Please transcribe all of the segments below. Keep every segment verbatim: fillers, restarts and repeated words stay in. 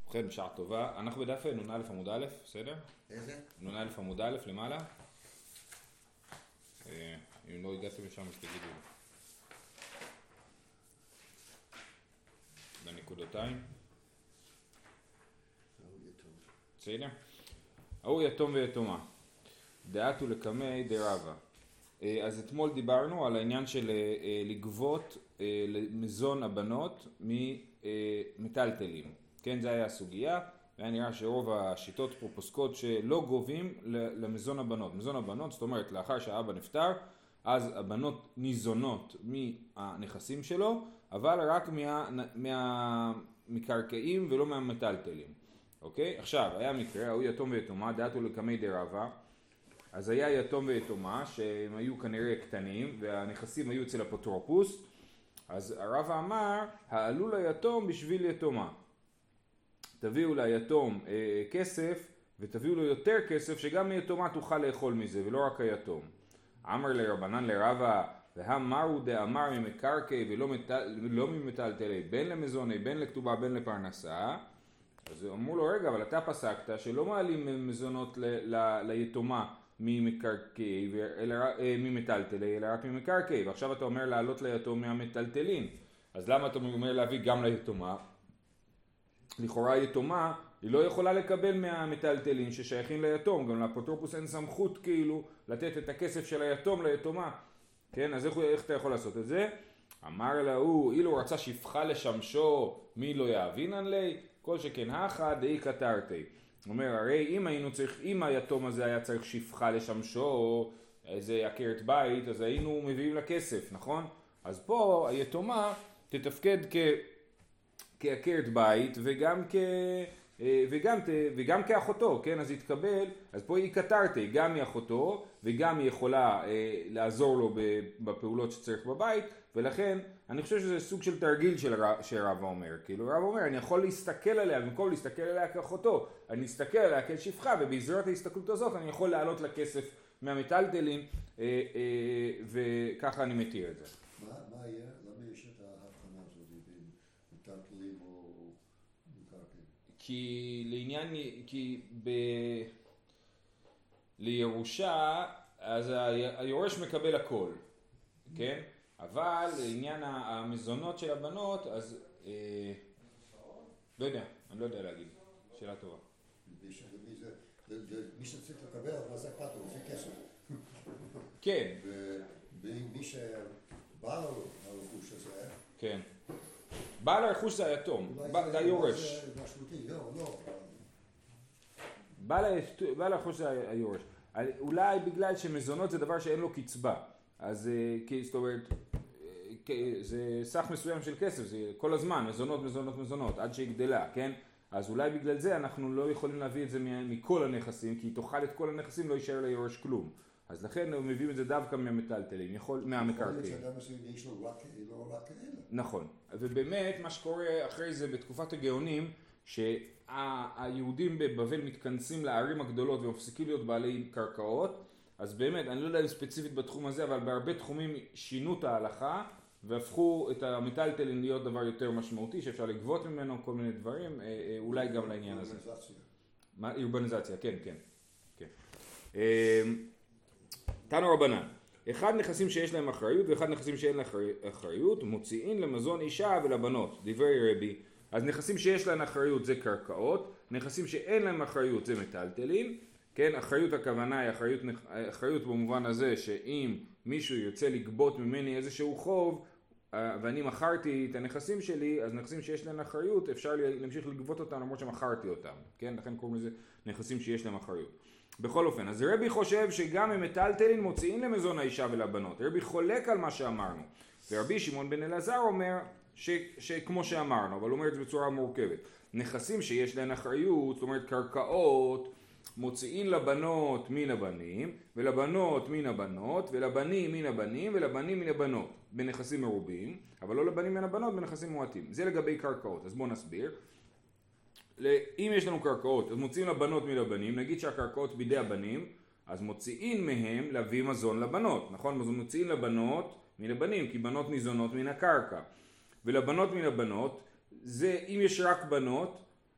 ובכן, בשעה טובה. אנחנו בדף נון א' עמוד א', בסדר? איזה? נון א' עמוד א' למעלה. אם לא הגעתם לשם אז תגידו לי. בנקודותיים. בסדר? ההוא יתום ויתומה. דעתו לקמי דרבה. אז אתמול דיברנו על העניין של לגבות למזון הבנות ממטלטלים. כן, זה היה הסוגיה, והיה נראה שרוב השיטות פה פוסקות שלא גובים למזון הבנות. מזון הבנות, זאת אומרת, לאחר שהאבא נפטר, אז הבנות ניזונות מהנכסים שלו, אבל רק מהמקרקעים ולא מהמטלטלים. אוקיי? עכשיו, היה מקרה, ההוא יתום ויתומה, דעתו לקמי דרבה. אז היה יתום ויתומה שהם היו כנראה קטנים והנכסים היו אצל אפוטרופוס. אז הרב אמר, העלו ליתום בשביל יתומה. תביאו ליתום אה, כסף ותביאו לו יותר כסף שגם יתומה תוכל לאכול מזה ולא רק היתום. אמר לרבנן לרבה, והמרו דאמר ממקרקעי ולא מטל, לא ממטלטלי, בין למזוני, בין לכתובה, בין לפרנסה. אז אמרו לו, רגע, אבל אתה פסקת שלא מעלים מזונות ל, ל, ליתומה ממקרקעי, אלא, אה, ממטלטלי, אלא רק ממקרקעי, ועכשיו אתה אומר לעלות ליתום מהמטלטלין. אז למה אתה אומר להביא גם ליתומה? לכאורה יתומה היא לא יכולה לקבל מהמטלטלין ששייכים ליתום, גם לאפוטרופוס אין סמכות כאילו לתת את הכסף של היתום ליתומה. כן, אז איך, איך אתה יכול לעשות את זה? אמר לה הוא, אילו רצה שפחה לשמשו, מי לא יאבינן לי? כל שכן הכה דאי קטרתי. אומר, הרי אם היינו צריך, אם היתום הזה היה צריך שפחה לשמשו, איזה עקרת בית, אז היינו מביאים לה כסף, נכון? אז פה היתומה תתפקד כ... כעקרת בית וגם כ... וגם, וגם כאחותו, כן? אז יתקבל, אז פה היא קטרתי, גם היא אחותו וגם היא יכולה אה, לעזור לו בפעולות שצריך בבית, ולכן אני חושב שזה סוג של תרגיל של רב, שרב אומר, כאילו רב אומר אני יכול להסתכל עליה, במקום להסתכל עליה כאחותו, אני אסתכל עליה כשפחה, ובעזרת ההסתכלות הזאת אני יכול להעלות לה כסף מהמטלטלים, אה, אה, וככה אני מתיר את זה. מה, מה יהיה? למה יש את ההבחנה הזאת בין מטלטלים או מקרקעין? כי לעניין, כי ב... לירושה, אז היורש מקבל הכל, כן? אבל לעניין המזונות של הבנות, אז אה, לא יודע, אני לא יודע להגיד, שאלה טובה. מי שצריך לקבל, מה זה אכפת לו, זה כסף. כן. ומי שבעל הרכוש הזה, כן. בעל הרכוש זה היתום, זה היורש. זה משמעותי, לא, לא. בעל הרכוש זה היורש. אולי בגלל שמזונות זה דבר שאין לו קצבה, אז זאת אומרת, זה סך מסוים של כסף, זה כל הזמן, מזונות, מזונות, מזונות, עד שהיא גדלה, כן? אז אולי בגלל זה אנחנו לא יכולים להביא את זה מכל הנכסים, כי תאכל את כל הנכסים לא יישאר ליורש כלום. אז לכן הם מביאים את זה דווקא מהמטלטלים, מהמקרקעין. יכול להיות שאדם מסוים יש לו רק לא רק כאלה. נכון, ובאמת מה שקורה אחרי זה בתקופת הגאונים, שהיהודים בבבל מתכנסים לערים הגדולות ומפסיקים להיות בעלי קרקעות, אז באמת, אני לא יודע אם ספציפית בתחום הזה, אבל בהרבה תחומים שינו את ההלכה, והפכו את המטלטלין להיות דבר יותר משמעותי, שאפשר לגבות ממנו כל מיני דברים, אולי גם לעניין הזה. אורבניזציה. מה? אורבניזציה, כן, כן. כן. תנו רבנן, אחד נכסים שיש להם אחריות ואחד נכסים שאין להם אחריות, מוציאים למזון אישה ולבנות, דברי רבי. אז נכסים שיש להם אחריות זה קרקעות, נכסים שאין להם אחריות זה מטלטלין, כן, אחריות הכוונה היא אחריות, אחריות במובן הזה שאם מישהו יוצא לגבות ממני איזשהו חוב ואני מכרתי את הנכסים שלי, אז נכסים שיש להם אחריות אפשר להמשיך לגבות אותם למרות שמכרתי אותם, כן, לכן קוראים לזה נכסים שיש להם אחריות. בכל אופן, אז רבי חושב שגם המטלטלין מוציאים למזון האישה ולבנות, רבי חולק על מה שאמרנו, ורבי שמעון בן אלעזר אומר ש, שכמו שאמרנו, אבל הוא אומר את זה בצורה מורכבת, נכסים שיש להם אחריות, זאת אומרת קרקעות, מוציאים לבנות מן הבנים, ולבנות מן הבנות, ולבנים מן הבנים, ולבנים מן הבנות, בנכסים מרובים, אבל לא לבנים מן הבנות, בנכסים מועטים. זה לגבי קרקעות, אז בואו נסביר. אם יש לנו קרקעות, אז מוציאים לבנות מן הבנים, נגיד שהקרקעות בידי הבנים, אז מוציאים מהם להביא מזון לבנות, נכון? אז מוציאים לבנות מן הבנים, כי בנות ניזונות מן הקרקע. ולבנות מן הבנות, זה אם יש רק בנות,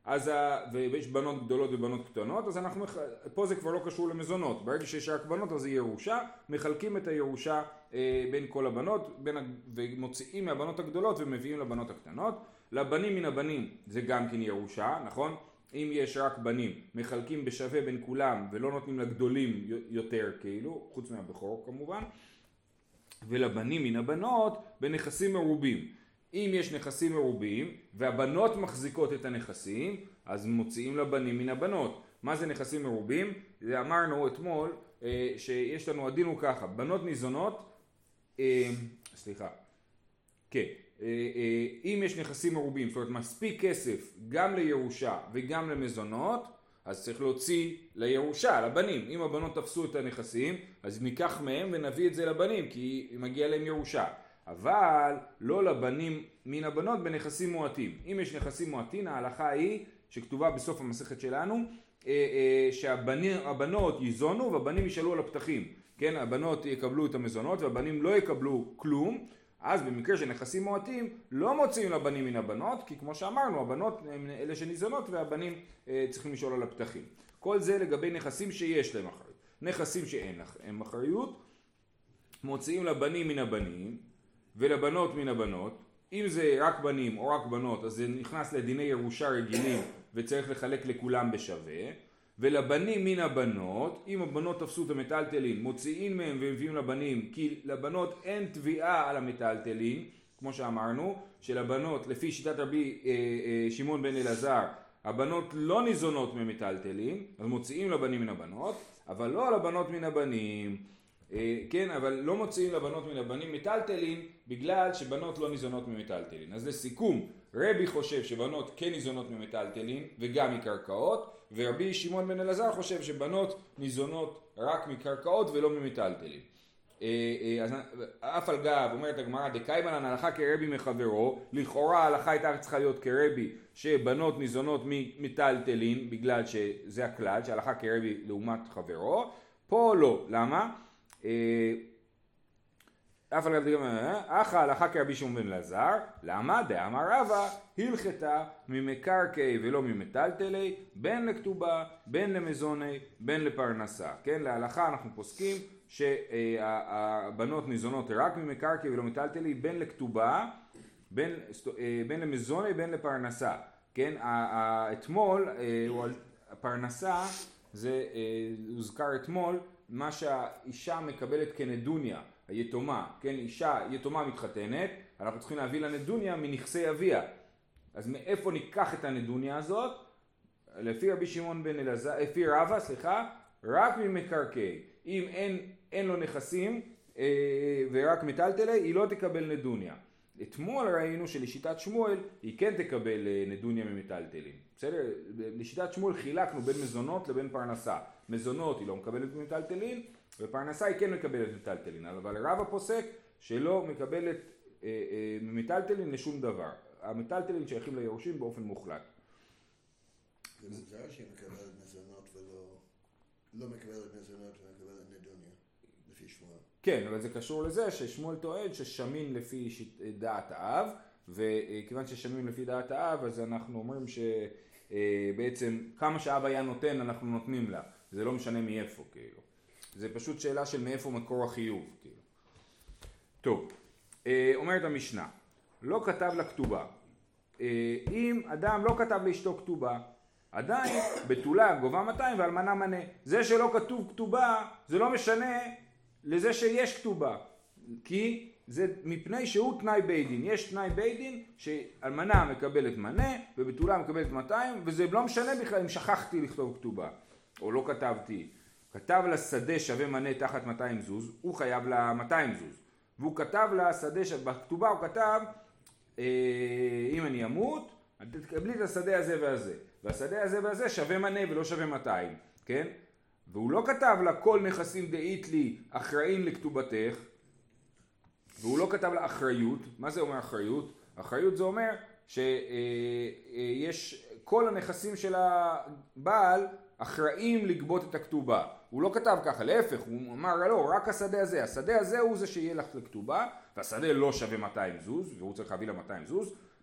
אז ה... ויש בנות גדולות ובנות קטנות, אז אנחנו, פה זה כבר לא קשור למזונות, ברגע שיש רק בנות אז זה ירושה, מחלקים את הירושה אה, בין כל הבנות, בין... ומוציאים מהבנות הגדולות ומביאים לבנות הקטנות, לבנים מן הבנים זה גם כן ירושה, נכון? אם יש רק בנים, מחלקים בשווה בין כולם ולא נותנים לגדולים יותר כאילו, חוץ מהבכור כמובן, ולבנים מן הבנות בנכסים מרובים. אם יש נכסים מרובים והבנות מחזיקות את הנכסים, אז מוציאים לבנים מן הבנות. מה זה נכסים מרובים? זה אמרנו אתמול אה, שיש לנו, הדין הוא ככה, בנות ניזונות, אה, סליחה, כן, אה, אה, אם יש נכסים מרובים, זאת אומרת מספיק כסף גם לירושה וגם למזונות, אז צריך להוציא לירושה, לבנים. אם הבנות תפסו את הנכסים, אז ניקח מהם ונביא את זה לבנים, כי מגיע להם ירושה. אבל לא לבנים מן הבנות בנכסים מועטים. אם יש נכסים מועטים, ההלכה היא שכתובה בסוף המסכת שלנו, שהבנות ייזונו והבנים ישאלו על הפתחים. כן, הבנות יקבלו את המזונות והבנים לא יקבלו כלום. אז במקרה של נכסים מועטים לא מוציאים לבנים מן הבנות, כי כמו שאמרנו, הבנות הן אלה שניזונות והבנים אה, צריכים לשאול על הפתחים. כל זה לגבי נכסים שיש להם אחריות. נכסים שאין להם אחריות, מוציאים לבנים מן הבנים ולבנות מן הבנות. אם זה רק בנים או רק בנות, אז זה נכנס לדיני ירושה רגילים וצריך לחלק לכולם בשווה. ולבנים מן הבנות, אם הבנות תפסו את המטלטלין, מוציאים מהם ומביאים לבנים, כי לבנות אין תביעה על המטלטלין, כמו שאמרנו, שלבנות, לפי שיטת רבי אה, אה, שמעון בן אלעזר, הבנות לא ניזונות ממטלטלין, אז מוציאים לבנים מן הבנות, אבל לא לבנות מן הבנים, אה, כן, אבל לא מוציאים לבנות מן הבנים מטלטלין, בגלל שבנות לא ניזונות ממטלטלין. אז לסיכום, רבי חושב שבנות כן ניזונות ממטלטלין וגם מקרקעות, ורבי שמעון בן אלעזר חושב שבנות ניזונות רק מקרקעות ולא ממטלטלין. אז אף על גב אומרת הגמרא דקיימנן הלכה כרבי מחברו, לכאורה ההלכה הייתה צריכה להיות כרבי שבנות ניזונות ממטלטלין בגלל שזה הכלל שההלכה כרבי לעומת חברו, פה לא. למה? אף על גב אך ההלכה כרבי שמעון בן אלעזר, למה? דאמר רבא הלכתה ממקרקעי ולא ממטלטלי, בין לכתובה, בין למזוני, בין לפרנסה. כן, להלכה אנחנו פוסקים שהבנות ניזונות רק ממקרקעי ולא מטלטלי, בין לכתובה, בין, בין למזוני, בין לפרנסה. כן, אתמול, הפרנסה, זה הוזכר אתמול, מה שהאישה מקבלת כנדוניה, היתומה, כן, אישה יתומה מתחתנת, אנחנו צריכים להביא לה נדוניה מנכסי אביה. אז מאיפה ניקח את הנדוניה הזאת? לפי רבי שמעון בן אלעזר, לפי רבא, סליחה, רק ממקרקעי. אם אין, אין לו נכסים אה, ורק מטלטלי, היא לא תקבל נדוניה. אתמול ראינו שלשיטת שמואל היא כן תקבל נדוניה ממטלטלים. בסדר? לשיטת שמואל חילקנו בין מזונות לבין פרנסה. מזונות היא לא מקבלת ממטלטלין, ופרנסה היא כן מקבלת ממטלטלין. אבל רבא פוסק שלא מקבלת אה, אה, ממטלטלין לשום דבר. המטלטלין שייכים ליורשים באופן מוחלט. זה מוזר שהיא מקבלת מזונות ולא לא מקבלת מזונות ומקבלת נדוניה, לפי שמואל. כן, אבל זה קשור לזה ששמואל טוען ששמין לפי דעת האב, וכיוון ששמין לפי דעת האב, אז אנחנו אומרים שבעצם כמה שהאב היה נותן אנחנו נותנים לה. זה לא משנה מאיפה, כאילו. זה פשוט שאלה של מאיפה מקור החיוב, כאילו. טוב, אומרת המשנה. לא כתב לה כתובה. אם אדם לא כתב לאשתו כתובה, עדיין בתולה גובה מאתיים ואלמנה מנה. זה שלא כתוב כתובה, זה לא משנה לזה שיש כתובה. כי זה מפני שהוא תנאי בית דין. יש תנאי בית דין שאלמנה מקבלת מנה ובתולה מקבלת מאתיים, וזה לא משנה בכלל אם שכחתי לכתוב כתובה או לא כתבתי. כתב לה שדה שווה מנה תחת מאתיים זוז, הוא חייב לה מאתיים זוז. והוא כתב לה שדה שבכתובה הוא כתב אם אני אמות, תקבלי את השדה הזה והזה. והשדה הזה והזה שווה מנה ולא שווה מאתיים, כן? והוא לא כתב לה כל נכסים דאית לי אחראים לכתובתך, והוא לא כתב לה אחריות. מה זה אומר אחריות? אחריות זה אומר שיש כל הנכסים של הבעל אחראים לגבות את הכתובה. הוא לא כתב ככה, להפך, הוא אמר לא, רק השדה הזה, השדה הזה הוא זה שיהיה לך לכתובה, והשדה לא שווה מאתיים זוז, והוא צריך להביא לה מאתיים זוז,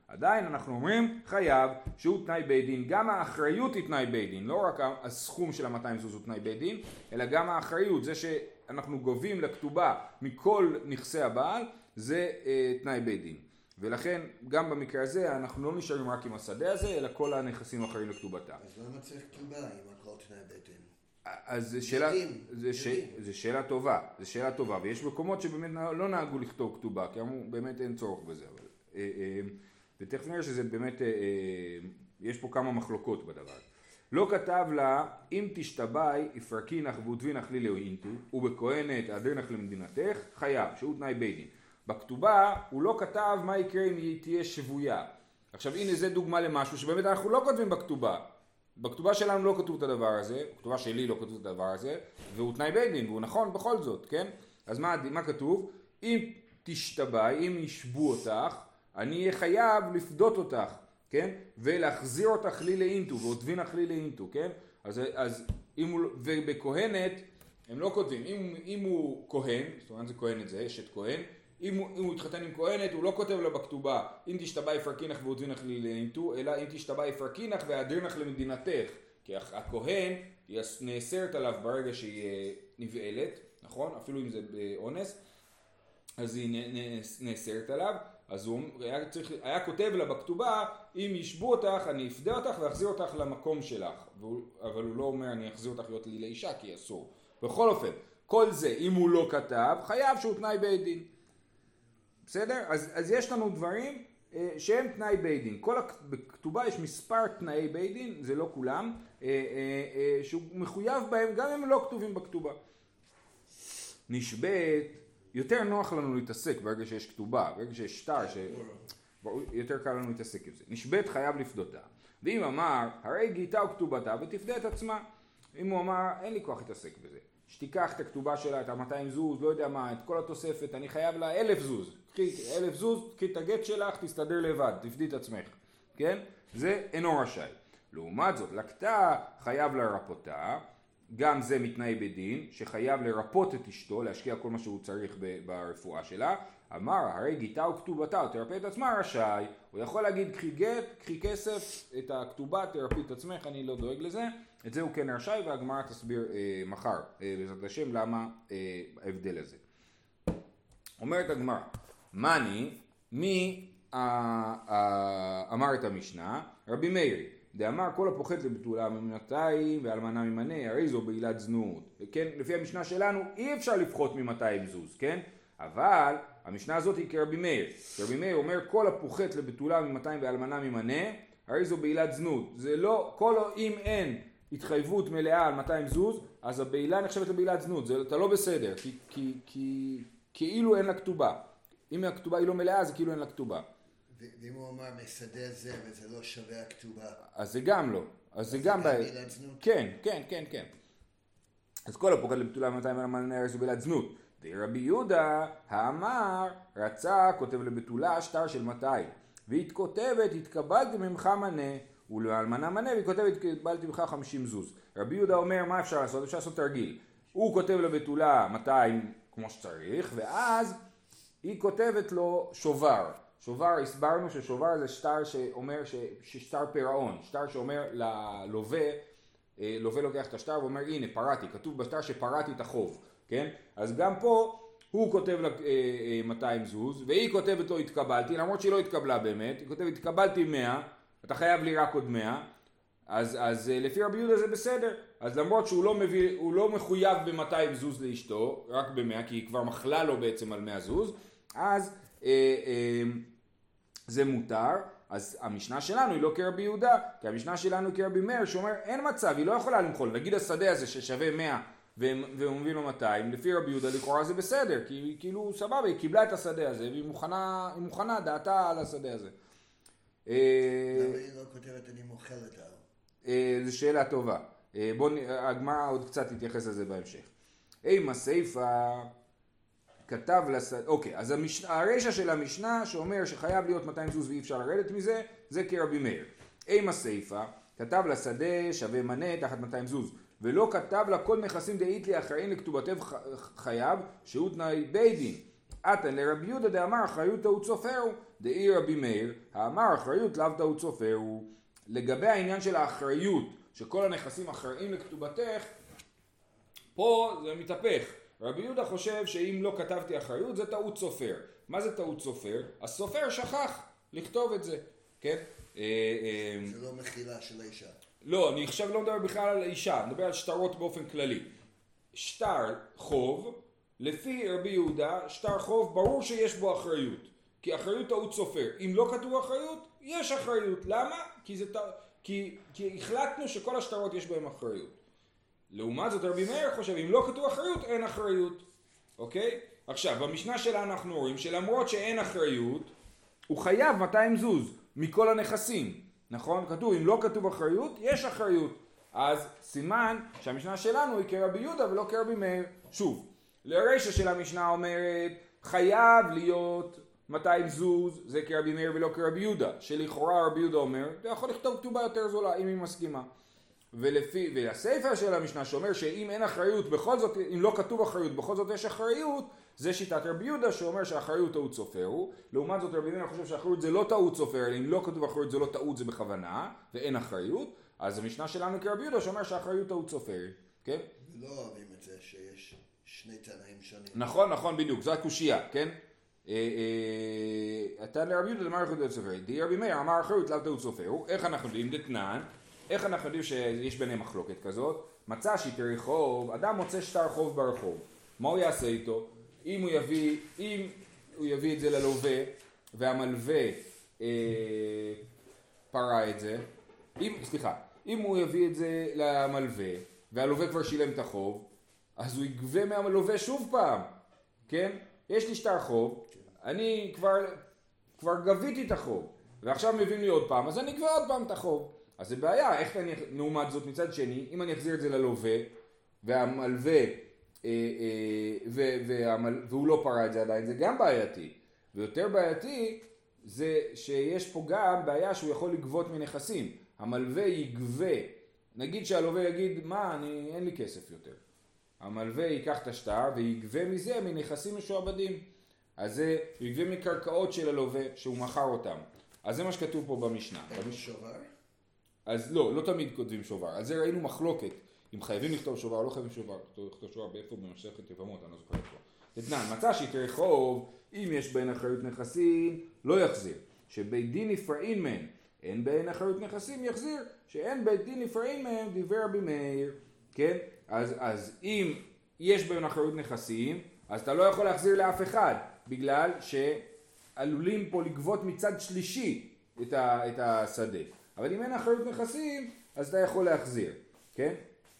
עדיין אנחנו אומרים חייב שהוא תנאי בית דין, גם האחריות היא תנאי בית דין, לא רק הסכום של ה-מאתיים זוז הוא תנאי בית דין, אלא גם האחריות, זה שאנחנו גובים לכתובה מכל נכסי הבעל, זה אה, תנאי בית דין. ולכן גם במקרה הזה אנחנו לא נשארים רק עם השדה הזה, אלא כל הנכסים האחרים לכתובתה. אז למה צריך כתובה אם הכל תנאי בית דין? אז זו שאלה, זה ש... זה שאלה טובה, זה שאלה טובה, ויש מקומות שבאמת לא נהגו לכתוב כתובה, כי אמרו באמת אין צורך בזה, אבל... ותכף נראה שזה באמת, יש פה כמה מחלוקות בדבר. לא כתב לה, אם תשתבי, יפרקינך ועודבינך לי לאוינטו, ובכהנת אדרנך למדינתך, חייב, שהוא תנאי בית דין. בכתובה הוא לא כתב מה יקרה אם היא תהיה שבויה. עכשיו הנה זה דוגמה למשהו שבאמת אנחנו לא כותבים בכתובה. בכתובה שלנו לא כתוב את הדבר הזה, בכתובה שלי לא כתוב את הדבר הזה, והוא תנאי בית דין, והוא נכון בכל זאת, כן? אז מה, מה כתוב? אם תשתבי, אם ישבו אותך, אני אהיה חייב לפדות אותך, כן? ולהחזיר אותך לי לאינטו, ועודבינך לי לאינטו, כן? אז, אז אם הוא, ובכהנת, הם לא כותבים, אם, אם הוא כהן, זאת אומרת זה כהנת זה, אשת כהן, אם הוא, אם הוא התחתן עם כהנת, הוא לא כותב לה בכתובה, אם תשתבע יפרקינך ועודבינך לי לאינטו, אלא אם תשתבע יפרקינך ואדרנך למדינתך, כי הכהן נאסרת עליו ברגע שהיא נבעלת, נכון? אפילו אם זה באונס, אז היא נאסרת עליו, אז הוא היה, צריך, היה כותב לה בכתובה, אם ישבו אותך, אני אפדה אותך ואחזיר אותך למקום שלך. והוא, אבל הוא לא אומר, אני אחזיר אותך להיות לי לאישה, כי אסור. בכל אופן, כל זה, אם הוא לא כתב, חייב שהוא תנאי בית דין. בסדר? אז, אז יש לנו דברים אה, שהם תנאי בית דין. כל בכתובה יש מספר תנאי בית דין, זה לא כולם, אה, אה, אה, שהוא מחויב בהם, גם אם הם לא כתובים בכתובה. נשבט, יותר נוח לנו להתעסק ברגע שיש כתובה, ברגע שיש שטר, ש... יותר קל לנו להתעסק עם זה. נשבט חייב לפדותה. ואם אמר, הרי גייתה וכתובתה ותפדה את עצמה. אם הוא אמר, אין לי כוח להתעסק בזה. שתיקח את הכתובה שלה, את ה-מאתיים זוז, לא יודע מה, את כל התוספת, אני חייב לה אלף זוז. קחי אלף זוז, קחי את הגט שלך, תסתדר לבד, תפדי את עצמך. כן? זה אינו רשאי. לעומת זאת, לקטה חייב לרפותה, גם זה מתנאי בדין, שחייב לרפות את אשתו, להשקיע כל מה שהוא צריך ברפואה שלה. אמר, הרי גיתה וכתובתה, תרפא את עצמה רשאי. הוא יכול להגיד, קחי גט, קחי כסף, את הכתובה, תרפי את עצמך, אני לא דואג לזה. את זה הוא כן רשאי, והגמרא תסביר אה, מחר, אה, בעזרת השם, למה אה, ההבדל הזה. אומרת הגמרא, מני, מי אה, אה, אמר את המשנה? רבי מאיר. דאמר כל הפוחת לבתולה ממאתיים ואלמנה ממנה, הרי זו בעילת זנות. כן, לפי המשנה שלנו אי אפשר לפחות ממאתיים זוז, כן? אבל המשנה הזאת היא כרבי מאיר. כרבי מאיר אומר כל הפוחת לבתולה ממאתיים ואלמנה ממנה, הרי זו בעילת זנות. זה לא, כל אם אין התחייבות מלאה על מאתיים זוז, אז הבעילה נחשבת לבעילת זנות. זה אתה לא בסדר, כי, כי, כי, כאילו אין לה כתובה. אם הכתובה היא לא מלאה, זה כאילו אין לה כתובה. ואם הוא אמר מסדר זה וזה לא שווה הכתובה. אז זה גם לא. אז זה גם בעילת זנות. כן, כן, כן, כן. אז כל הפוחת לבתולה מאתיים ואלמנה הרי זו בעילת זנות. ורבי יהודה האמר רצה כותב לבתולה שטר של מאתיים. והיא כותבת התקבלתי ממך מנה. ולאלמנה מנה והיא כותבת התקבלתי ממך חמישים זוז. רבי יהודה אומר מה אפשר לעשות? אפשר לעשות תרגיל. הוא כותב לבתולה מאתיים כמו שצריך, ואז היא כותבת לו שובר. שובר, הסברנו ששובר זה שטר שאומר ששטר פירעון, שטר שאומר ללווה, לווה לוקח את השטר ואומר הנה פרעתי, כתוב בשטר שפרעתי את החוב, כן? אז גם פה הוא כותב לה מאתיים זוז והיא כותבת לו התקבלתי, למרות שהיא לא התקבלה באמת, היא כותבת התקבלתי מאה, אתה חייב לי רק עוד מאה, אז, אז לפי רבי יהודה זה בסדר, אז למרות שהוא לא, מביא, הוא לא מחויב ב-מאתיים זוז לאשתו, רק ב-מאה, כי היא כבר מחלה לו בעצם על מאה זוז, אז אה, אה, זה מותר. אז המשנה שלנו היא לא כרבי יהודה, כי המשנה שלנו כרבי מאיר שאומר אין מצב, היא לא יכולה למחול, נגיד השדה הזה ששווה מאה והוא מביא לו מאתיים, לפי רבי יהודה לכאורה זה בסדר, כי כאילו סבבה, היא קיבלה את השדה הזה והיא מוכנה, היא מוכנה דעתה על השדה הזה. למה היא לא כותבת אני מוכלת על? זו שאלה טובה, בואו הגמרא עוד קצת תתייחס לזה בהמשך. אימה סייפה כתב לשדה, אוקיי, אז המשנה, הרשע של המשנה שאומר שחייב להיות מאתיים זוז ואי אפשר לרדת מזה, זה כרבי מאיר. אימה סייפה כתב לשדה שווה מנה תחת מאתיים זוז, ולא כתב לה כל נכסים דאית לי אחראין לכתובתיו חייב, שהוא תנאי בית דין. עתן לרבי יהודה דאמר אחריותו הוא צופרו, דאי רבי מאיר, האמר אחריות לאו טעות סופר הוא. לגבי העניין של האחריות, שכל הנכסים אחראים לכתובתך, פה זה מתהפך. רבי יהודה חושב שאם לא כתבתי אחריות זה טעות סופר. מה זה טעות סופר? הסופר שכח לכתוב את זה, כן? זה לא מחילה של האישה. לא, אני עכשיו לא מדבר בכלל על האישה, אני מדבר על שטרות באופן כללי. שטר חוב, לפי רבי יהודה, שטר חוב ברור שיש בו אחריות. כי אחריות טעות סופר. אם לא כתוב אחריות, יש אחריות. למה? כי, זה, כי, כי החלטנו שכל השטרות יש בהם אחריות. לעומת זאת רבי מאיר חושב, אם לא כתוב אחריות, אין אחריות. אוקיי? עכשיו, במשנה שלנו אנחנו רואים שלמרות שאין אחריות, הוא חייב מאתיים זוז מכל הנכסים. נכון? כתוב, אם לא כתוב אחריות, יש אחריות. אז סימן שהמשנה שלנו היא כרבי יהודה ולא כרבי מאיר. שוב, לרשע של המשנה אומרת, חייב להיות מאתיים זוז, זה כרבי מאיר ולא כרבי יהודה. שלכאורה רבי יהודה אומר, אתה יכול לכתוב כתובה יותר זולה, אם היא מסכימה. ולפי, והספר של המשנה שאומר שאם אין אחריות, בכל זאת, אם לא כתוב אחריות, בכל זאת יש אחריות, זה שיטת רבי יהודה שאומר שהאחריות טעות סופר הוא. לעומת זאת רבי מאיר חושב שהאחריות זה לא טעות סופר, אלא אם לא כתוב אחריות זה לא טעות, זה בכוונה, ואין אחריות. אז המשנה שלנו כרבי יהודה שאומר שהאחריות טעות סופר, כן? ולא אוהבים את זה שיש שני תנאים שונים. נכון, נכון, בדיוק, זו הקושייה, כן? אתה לרבי יהודה אמר אחריות טעות סופר, די רבי מאיר אמר אחריות לאו טעות סופר, איך אנחנו יודעים דתנן? איך אנחנו יודעים שיש ביניהם מחלוקת כזאת? מצא שטרי חוב, אדם מוצא שטר חוב ברחוב, מה הוא יעשה איתו? אם הוא יביא, אם הוא יביא את זה ללווה, והמלווה אה, פרה את זה, אם, סליחה, אם הוא יביא את זה למלווה, והלווה כבר שילם את החוב, אז הוא יגבה מהמלווה שוב פעם, כן? יש לי שטר חוב, אני כבר, כבר גביתי את החוב, ועכשיו מביאים לי עוד פעם, אז אני אגבה עוד פעם את החוב. אז זה בעיה, איך אני, לעומת זאת מצד שני, אם אני אחזיר את זה ללווה, והמלווה, אה, אה, ו, והמל, והוא לא פרה את זה עדיין, זה גם בעייתי. ויותר בעייתי, זה שיש פה גם בעיה שהוא יכול לגבות מנכסים. המלווה יגבה, נגיד שהלווה יגיד, מה, אני, אין לי כסף יותר. המלווה ייקח את השטר ויגבה מזה מנכסים משועבדים. אז זה יגבה מקרקעות של הלווה שהוא מכר אותם. אז זה מה שכתוב פה במשנה. שובר? אז לא, לא תמיד כותבים שובר. על זה ראינו מחלוקת. אם חייבים לכתוב שובר או לא חייבים שובר. לכתוב שובר באיפה במסכת יבמות, אני לא זוכר איפה. אתנן, מצא שיטרי חוב, אם יש בין אחריות נכסים, לא יחזיר. שבית דין נפרעין מהם, אין בין אחריות נכסים, יחזיר. שאין בית דין נפרעין מהם, דיבר רבי מאיר. כן? אז, אז אם יש בין אחריות נכסים, אז אתה לא יכול להחזיר לאף אחד, בגלל שעלולים פה לגבות מצד שלישי את, ה, את השדה. אבל אם אין אחריות נכסים, אז אתה יכול להחזיר, כן?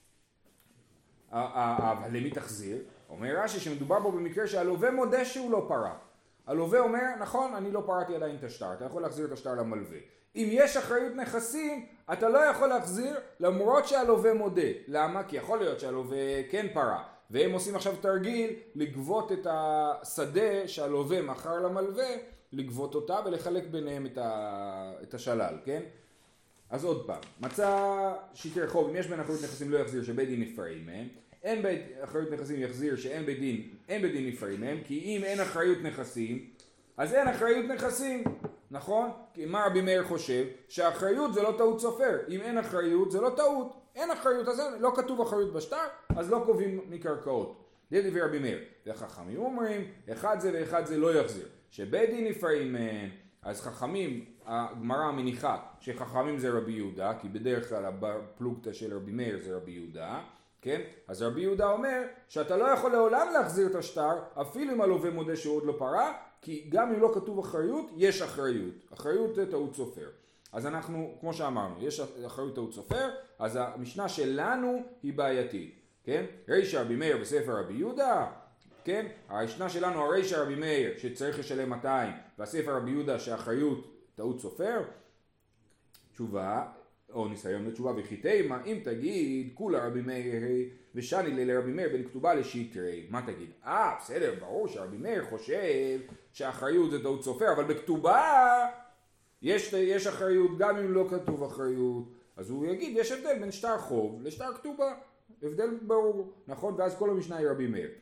אבל למי תחזיר? אומר רש"י שמדובר בו במקרה שהלווה מודה שהוא לא פרה. הלווה אומר, נכון, אני לא פרעתי עדיין את השטר, אתה יכול להחזיר את השטר למלווה. אם יש אחריות נכסים, אתה לא יכול להחזיר למרות שהלווה מודה. למה? כי יכול להיות שהלווה כן פרה, והם עושים עכשיו תרגיל לגבות את השדה שהלווה מכר למלווה, לגבות אותה ולחלק ביניהם את, ה... את השלל, כן? אז עוד פעם, מצא שיטרי חוב, אם יש בין אחריות נכסים לא יחזיר שבית דין נפרעים מהם, אין בית אחריות נכסים יחזיר שאין בית דין, אין בית דין נפרעים מהם, כי אם אין אחריות נכסים, אז אין אחריות נכסים, נכון? כי מה רבי מאיר חושב? שהאחריות זה לא טעות סופר, אם אין אחריות זה לא טעות, אין אחריות, אז אין, לא כתוב אחריות בשטר, אז לא קובעים מקרקעות. זה דבר רבי מאיר, וחכמים אומרים, אחד זה ואחד זה לא יחזיר, שבית דין נפרעים מהם, אז חכמים, הגמרא מניחה שחכמים זה רבי יהודה, כי בדרך כלל הפלוגתא של רבי מאיר זה רבי יהודה, כן? אז רבי יהודה אומר שאתה לא יכול לעולם להחזיר את השטר, אפילו אם הלווה מודה שהוא עוד לא פרה, כי גם אם לא כתוב אחריות, יש אחריות. אחריות זה טעות סופר. אז אנחנו, כמו שאמרנו, יש אחריות טעות סופר, אז המשנה שלנו היא בעייתית, כן? רישא רבי מאיר בספר רבי יהודה, כן? המשנה שלנו הרישא רבי מאיר שצריך לשלם מאתיים, והספר רבי יהודה שהאחריות טעות סופר. תשובה, או ניסיון לתשובה וחיתימה, אם תגיד כולה רבי מאיר ושני לילה רבי מאיר בין כתובה לשיטרי, מה תגיד? אה, בסדר, ברור שרבי מאיר חושב שהאחריות זה טעות סופר, אבל בכתובה יש, יש אחריות גם אם לא כתוב אחריות. אז הוא יגיד, יש הבדל בין שטר חוב לשטר כתובה, הבדל ברור, נכון? ואז כל המשנה היא רבי מאיר.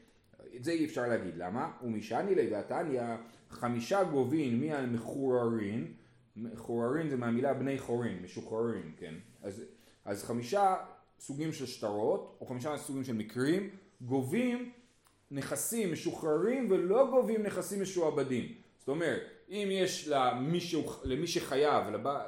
את זה אי אפשר להגיד, למה? ומשני לי והתניא חמישה גובין מהמחוררין, מחוררין זה מהמילה בני חורין, משוחררים, כן? אז, אז חמישה סוגים של שטרות, או חמישה סוגים של מקרים, גובים נכסים משוחררים ולא גובים נכסים משועבדים. זאת אומרת, אם יש למי, למי שחייב,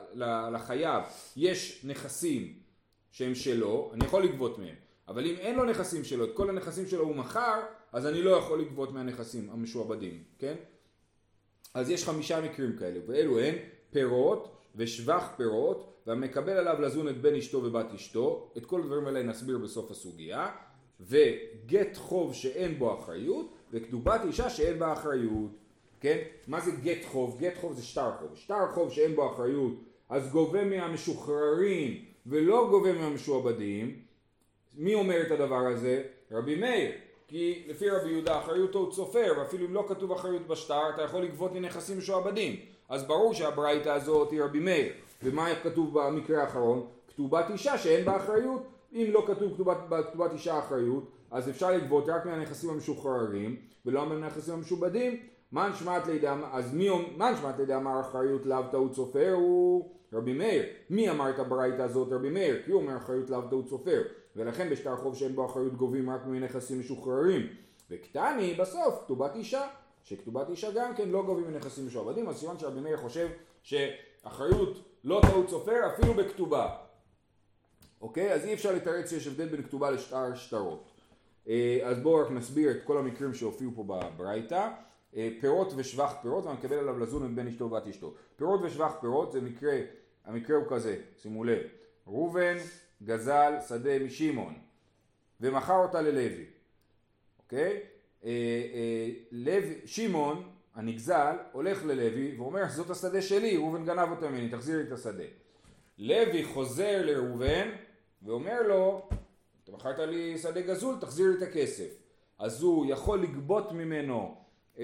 לחייב, יש נכסים שהם שלו, אני יכול לגבות מהם. אבל אם אין לו נכסים שלו, את כל הנכסים שלו הוא מכר, אז אני לא יכול לגבות מהנכסים המשועבדים, כן? אז יש חמישה מקרים כאלה, ואלו הן פירות ושבח פירות, והמקבל עליו לזון את בן אשתו ובת אשתו, את כל הדברים האלה נסביר בסוף הסוגיה, וגט חוב שאין בו אחריות, וכתובת אישה שאין בה אחריות, כן? מה זה גט חוב? גט חוב זה שטר חוב. שטר חוב שאין בו אחריות, אז גובה מהמשוחררים ולא גובה מהמשועבדים. מי אומר את הדבר הזה? רבי מאיר. כי לפי רבי יהודה אחריותו הוא צופר, ואפילו אם לא כתוב אחריות בשטר, אתה יכול לגבות מנכסים משועבדים. אז ברור שהברייתא הזאת היא רבי מאיר. ומה כתוב במקרה האחרון? כתובת אישה שאין בה אחריות. אם לא כתוב כתובת, בכתובת אישה אחריות, אז אפשר לגבות רק מהנכסים המשוחררים, ולא מהנכסים המשועבדים. מן שמעת לידע, אז מי, מן שמעת לידע אמר אחריות לאו טעות סופר הוא רבי מאיר. מי אמר את הברייתא הזאת? רבי מאיר, כי הוא אומר אחריות לאו טעות סופר. ולכן בשטר חוב שאין בו אחריות גובים רק מנכסים משוחררים. וקטני בסוף כתובת אישה, שכתובת אישה גם כן לא גובים מנכסים משועבדים, אז סימן שרבי מאיר חושב שאחריות לא טעות סופר אפילו בכתובה. אוקיי? אז אי אפשר לתרץ שיש הבדל בין כתובה לשטר שטרות. אז בואו רק נסביר את כל המקרים שהופיעו פה בברייתא. פירות ושבח פירות, והמקבל עליו לזון את בן אשתו ובת אשתו. פירות ושבח פירות זה מקרה, המקרה הוא כזה, שימו לב. ראובן גזל שדה משמעון ומכר אותה ללוי. אוקיי? אה, אה, לוי, שמעון הנגזל הולך ללוי ואומר זאת השדה שלי, ראובן גנב אותה ממני, תחזיר לי את השדה. לוי חוזר לראובן ואומר לו אתה מכרת לי שדה גזול, תחזיר לי את הכסף. אז הוא יכול לגבות ממנו אה,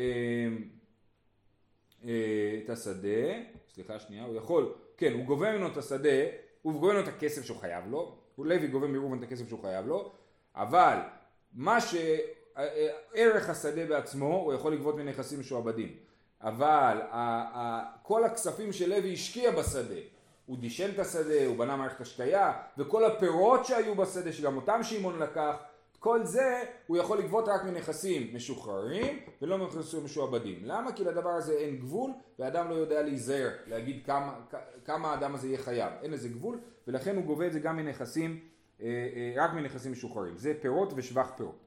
אה, את השדה, סליחה שנייה, הוא יכול, כן, הוא גובה ממנו את השדה, הוא גובה ממנו את הכסף שהוא חייב לו, לוי גובה מראובן את הכסף שהוא חייב לו, אבל מה שערך השדה בעצמו הוא יכול לגבות מנכסים משועבדים, אבל ה, ה, כל הכספים של לוי השקיע בשדה, הוא דישן את השדה, הוא בנה מערכת השקיה, וכל הפירות שהיו בשדה שגם אותם שמעון לקח, כל זה הוא יכול לגבות רק מנכסים משוחררים ולא מנכסים משועבדים. למה? כי לדבר הזה אין גבול והאדם לא יודע להיזהר, להגיד כמה, כמה האדם הזה יהיה חייב. אין לזה גבול ולכן הוא גובה את זה גם מנכסים, רק מנכסים משוחררים. זה פירות ושבח פירות.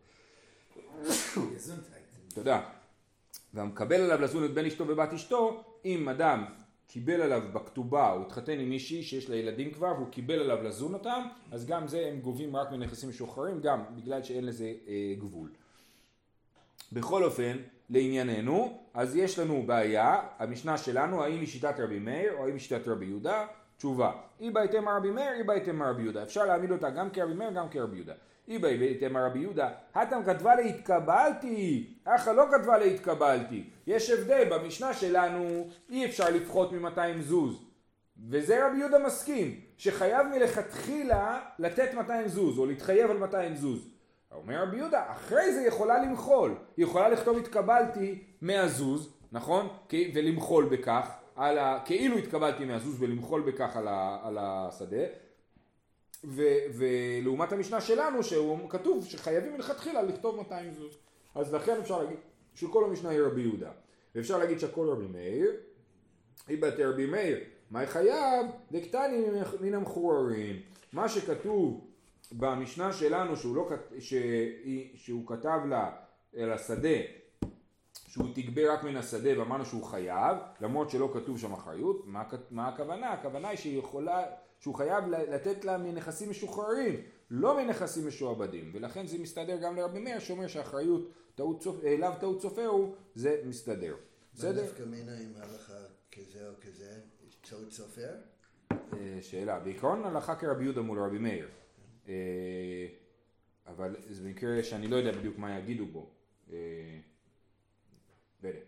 תודה. והמקבל עליו לזון את בן אשתו ובת אשתו, אם אדם קיבל עליו בכתובה, הוא התחתן עם מישהי שיש לה ילדים כבר והוא קיבל עליו לזון אותם, אז גם זה הם גובים רק מנכסים משוחררים, גם בגלל שאין לזה אה, גבול. בכל אופן, לענייננו, אז יש לנו בעיה, המשנה שלנו, האם היא שיטת רבי מאיר או האם היא שיטת רבי יהודה? תשובה, היא בהתאם רבי מאיר, היא בהתאם רבי יהודה. אפשר להעמיד אותה גם כרבי מאיר, גם כרבי יהודה. היא בהתאם רבי יהודה, התם כתבה להתקבלתי, אך לא כתבה להתקבלתי. יש הבדל, במשנה שלנו אי אפשר לפחות מ-מאתיים זוז. וזה רבי יהודה מסכים, שחייב מלכתחילה לתת מאתיים זוז, או להתחייב על מאתיים זוז. אומר רבי יהודה, אחרי זה יכולה למחול. היא יכולה לכתוב התקבלתי מאה זוז, נכון? ולמחול בכך, על ה... כאילו התקבלתי מאה זוז ולמחול בכך על, ה... על השדה. ו... ולעומת המשנה שלנו, שהוא כתוב שחייבים מלכתחילה לכתוב מאתיים זוז. אז לכן אפשר להגיד שכל המשנה היא רבי יהודה. ואפשר להגיד שהכל רבי מאיר, היא בת רבי מאיר. מה חייב? דקטני מן המחוררים. מה שכתוב במשנה שלנו שהוא, לא, ש... שהוא כתב לה אל השדה, שהוא תגבר רק מן השדה ואמרנו שהוא חייב, למרות שלא כתוב שם אחריות. מה, מה הכוונה? הכוונה היא שהיא יכולה, שהוא חייב לתת לה מנכסים משוחררים, לא מנכסים משועבדים, ולכן זה מסתדר גם לרבי מאיר שאומר שהאחריות אליו טעות סופר הוא, זה מסתדר. בסדר? מה נפקא מינה עם הלכה כזה או כזה, טעות סופר? שאלה, בעיקרון הלכה כרבי יהודה מול רבי מאיר, אבל זה במקרה שאני לא יודע בדיוק מה יגידו בו. בדיוק.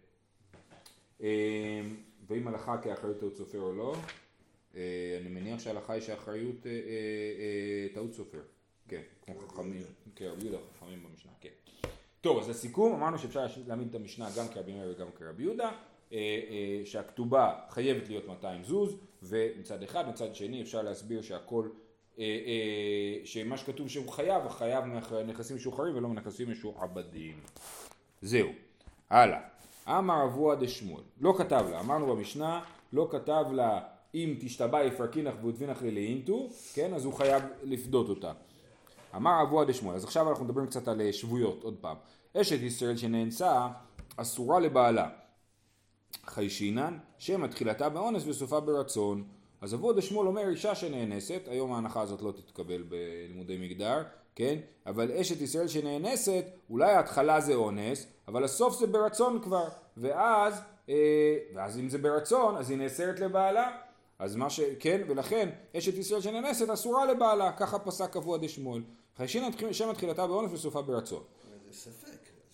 ואם הלכה כאחריות טעות סופר או לא, אני מניח שההלכה היא שהאחריות טעות סופר. כן, כמו חכמים, כרבי יהודה חכמים במשנה, כן. טוב, אז לסיכום, אמרנו שאפשר להעמיד את המשנה גם כרבי מאיר וגם כרבי יהודה, שהכתובה חייבת להיות מאתיים זוז, ומצד אחד, מצד שני אפשר להסביר שהכל, שמה שכתוב שהוא חייב, חייב מנכסים משוחררים ולא מנכסים משועבדים. זהו, הלאה. אמר אבוה דשמואל, לא כתב לה, אמרנו במשנה, לא כתב לה אם תשתבע יפרקינך והודבינך ללאינטו, כן, אז הוא חייב לפדות אותה. אמר אבוה דשמואל, אז עכשיו אנחנו מדברים קצת על שבויות, עוד פעם. אשת ישראל שנאנסה אסורה לבעלה. חיישינן, שמתחילתה באונס וסופה ברצון. אז אבוה דשמואל אומר אישה שנאנסת, היום ההנחה הזאת לא תתקבל בלימודי מגדר, כן? אבל אשת ישראל שנאנסת, אולי ההתחלה זה אונס, אבל הסוף זה ברצון כבר. ואז, אה, ואז אם זה ברצון, אז היא נאסרת לבעלה. אז מה ש... כן, ולכן אשת ישראל שנאנסת אסורה לבעלה, ככה פסק אבוה דשמואל. חיישינן שמתחילתה באונס וסופה ברצון. זה ספק.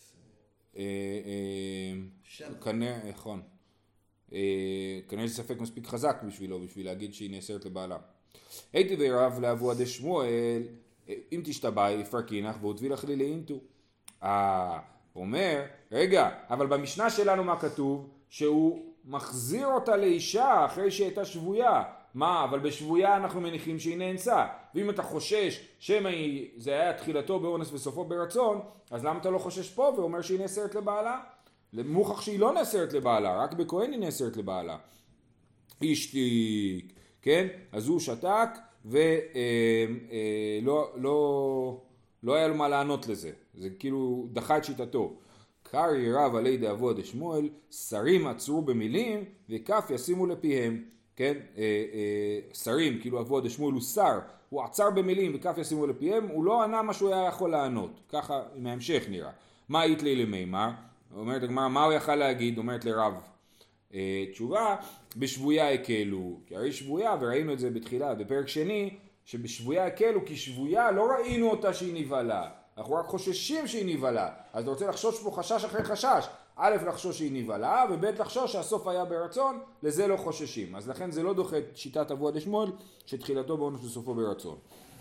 כנראה, נכון. כנראה זה ספק מספיק חזק בשבילו, בשביל להגיד שהיא נאסרת לבעלה. הייתי ורב לאבוה דשמואל, אם תשתבע יפרקינך והודבי לך ללאינטו. אה, הוא אומר, רגע, אבל במשנה שלנו מה כתוב? שהוא מחזיר אותה לאישה אחרי שהייתה שבויה. מה, אבל בשבויה אנחנו מניחים שהיא נאנסה. ואם אתה חושש שמא זה היה תחילתו באונס וסופו ברצון, אז למה אתה לא חושש פה ואומר שהיא נאסרת לבעלה? מוכח שהיא לא נאסרת לבעלה, רק בכהן היא נאסרת לבעלה. השתיק, כן? אז הוא שתק ולא לא, לא, לא היה לו מה לענות לזה. זה כאילו דחה את שיטתו. קרי רב עלי דאבוה דשמואל, שרים עצרו במילים וכף ישימו לפיהם. כן, אה, אה, שרים, כאילו אבוה דשמואל הוא שר, הוא עצר במילים וכף ישימו לפיהם, הוא לא ענה מה שהוא היה יכול לענות, ככה מהמשך נראה. מה היית לי למימר? אומרת הגמרא, מה הוא יכל להגיד? אומרת לרב. אה, תשובה, בשבויה הקלו, כי הרי שבויה, וראינו את זה בתחילה, בפרק שני, שבשבויה הקלו, כי שבויה לא ראינו אותה שהיא נבהלה, אנחנו רק חוששים שהיא נבהלה, אז אתה רוצה לחשוש פה חשש אחרי חשש, א' לחשוש שהיא נבהלה, וב' לחשוש שהסוף היה ברצון, לזה לא חוששים. אז לכן זה לא דוחה את שיטת אבוה דשמואל, שתחילתו באונס וסופו ברצון.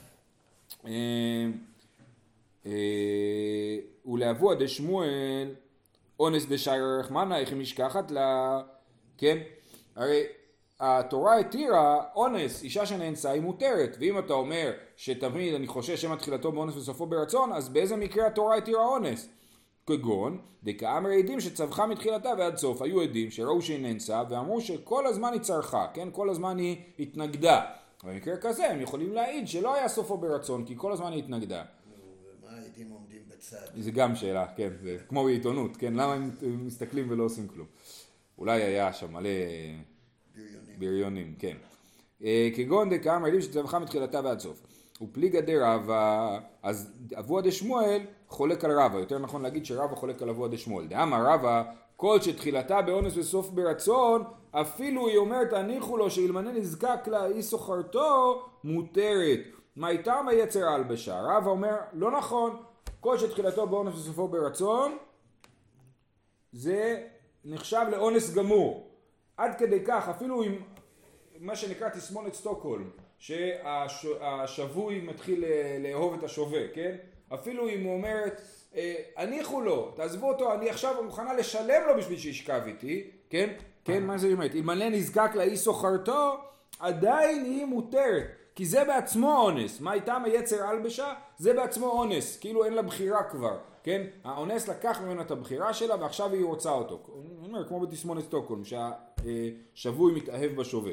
ולאבוה דשמואל, אונס דשאר רחמנה, איך היא משכחת לה, כן? הרי התורה התירה אונס, אישה שנאנסה היא מותרת, ואם אתה אומר שתמיד אני חושש שמה תחילתו באונס וסופו ברצון, אז באיזה מקרה התורה התירה אונס? כגון, דכאמר עדים שצווחה מתחילתה ועד סוף, היו עדים שראו שהיא נאנסה ואמרו שכל הזמן היא צרכה, כן? כל הזמן היא התנגדה. במקרה כזה הם יכולים להעיד שלא היה סופו ברצון, כי כל הזמן היא התנגדה. ומה העדים עומדים בצד? זה גם שאלה, כן, זה כמו בעיתונות, כן? למה הם מסתכלים ולא עושים כלום? אולי היה שם מלא בריונים. בריונים, כן. כגון דכאמר עדים שצווחה מתחילתה ועד סוף. ופליגה דרבה, אז אבוה דשמואל חולק על רבה, יותר נכון להגיד שרבה חולק על אבוה דשמואל. דאמר רבה, כל שתחילתה באונס וסוף ברצון, אפילו היא אומרת הניחו לו שאילמנה נזקק לה אי סוחרתו, מותרת. מה איתה מה יצר הלבשה? רבה אומר, לא נכון, כל שתחילתו באונס וסופו ברצון, זה נחשב לאונס גמור. עד כדי כך, אפילו עם מה שנקרא תסמונת סטוקהולם, שהשבוי מתחיל לאהוב את השווה, כן? אפילו אם הוא אומרת, הניחו לו, תעזבו אותו, אני עכשיו מוכנה לשלם לו בשביל שישכב איתי, כן? כן, מה זה אומרת? אם מלא נזקק לאי סוחרתו, עדיין היא מותרת, כי זה בעצמו אונס. מה איתה מיצר הלבשה? זה בעצמו אונס, כאילו אין לה בחירה כבר, כן? האונס לקח ממנה את הבחירה שלה ועכשיו היא רוצה אותו. אני אומר, כמו בתסמונת סטוקהולם, שהשבוי מתאהב בשווה.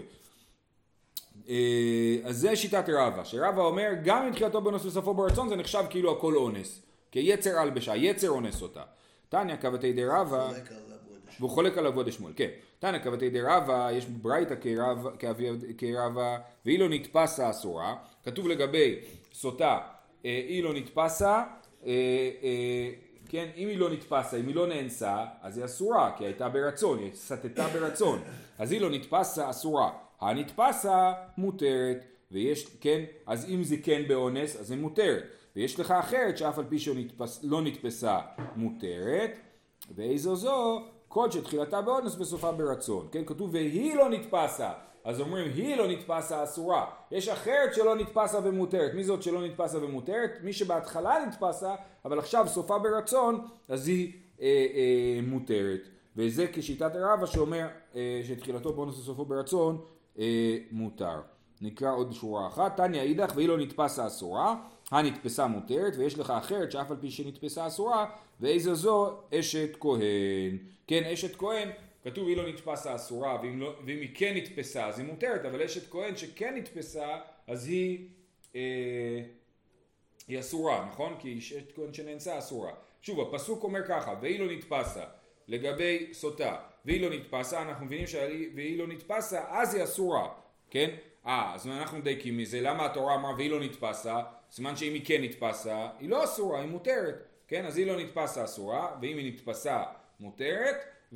אז זה שיטת רבה, שרבה אומר גם אם תחילתו באונס וסופו ברצון זה נחשב כאילו הכל אונס, כי יצר הלבשה, יצר אונס אותה. תניא כבתי דרבה, והוא חולק על אבוה דשמואל, כן. תניא כבתי דרבה, יש ברייתא כרבה, והיא לא נתפסה אסורה, כתוב לגבי סוטה, היא לא נתפסה, כן, אם היא לא נתפסה, אם היא לא נאנסה, אז היא אסורה, כי הייתה ברצון, היא סטתה ברצון, אז היא לא נתפסה אסורה. הנתפסה מותרת, ויש, כן, אז אם זה כן באונס, אז זה מותרת. ויש לך אחרת שאף על פי שלא נתפסה מותרת, ואיזו זו, כל שתחילתה באונס בסופה ברצון. כן, כתוב והיא לא נתפסה. אז אומרים היא לא נתפסה אסורה. יש אחרת שלא נתפסה ומותרת. מי זאת שלא נתפסה ומותרת? מי שבהתחלה נתפסה, אבל עכשיו סופה ברצון, אז היא אה, אה, מותרת. וזה כשיטת רבא שאומר אה, שתחילתו באונס וסופו ברצון אה, מותר. נקרא עוד שורה אחת. תניא אידך והיא לא נתפסה אסורה, הנתפסה מותרת, ויש לך אחרת שאף על פי שנתפסה אסורה, ואיזו זו אשת כהן. כן, אשת כהן, כתוב היא לא נתפסה אסורה, ואם, לא, ואם היא כן נתפסה אז היא מותרת, אבל אשת כהן שכן נתפסה אז היא, אה, היא אסורה, נכון? כי אשת כהן שנאנסה אסורה. שוב, הפסוק אומר ככה, והיא לא נתפסה, לגבי סוטה, והיא לא נתפסה, אנחנו מבינים שהיא לא נתפסה, אז היא אסורה, כן? אה, אז אנחנו דייקים מזה, למה התורה אמרה והיא לא נתפסה? סימן שאם היא כן נתפסה, היא לא אסורה, היא מותרת, כן? אז היא לא נתפסה אסורה, ואם היא נתפסה מותרת,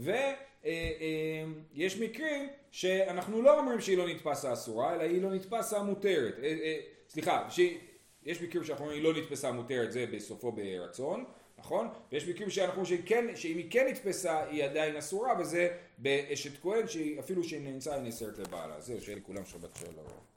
ויש מקרים שאנחנו לא אומרים שהיא לא נתפסה אסורה, אלא היא לא נתפסה מותרת. סליחה, יש מקרים שאנחנו אומרים שהיא לא נתפסה מותרת, זה בסופו ברצון, נכון? ויש מקרים שאנחנו אומרים שאם היא כן נתפסה, היא עדיין אסורה, וזה באשת כהן, שאפילו שהיא נאנסה, היא נאסרת לבעלה. זהו, שיהיה לכולם שבת שלום.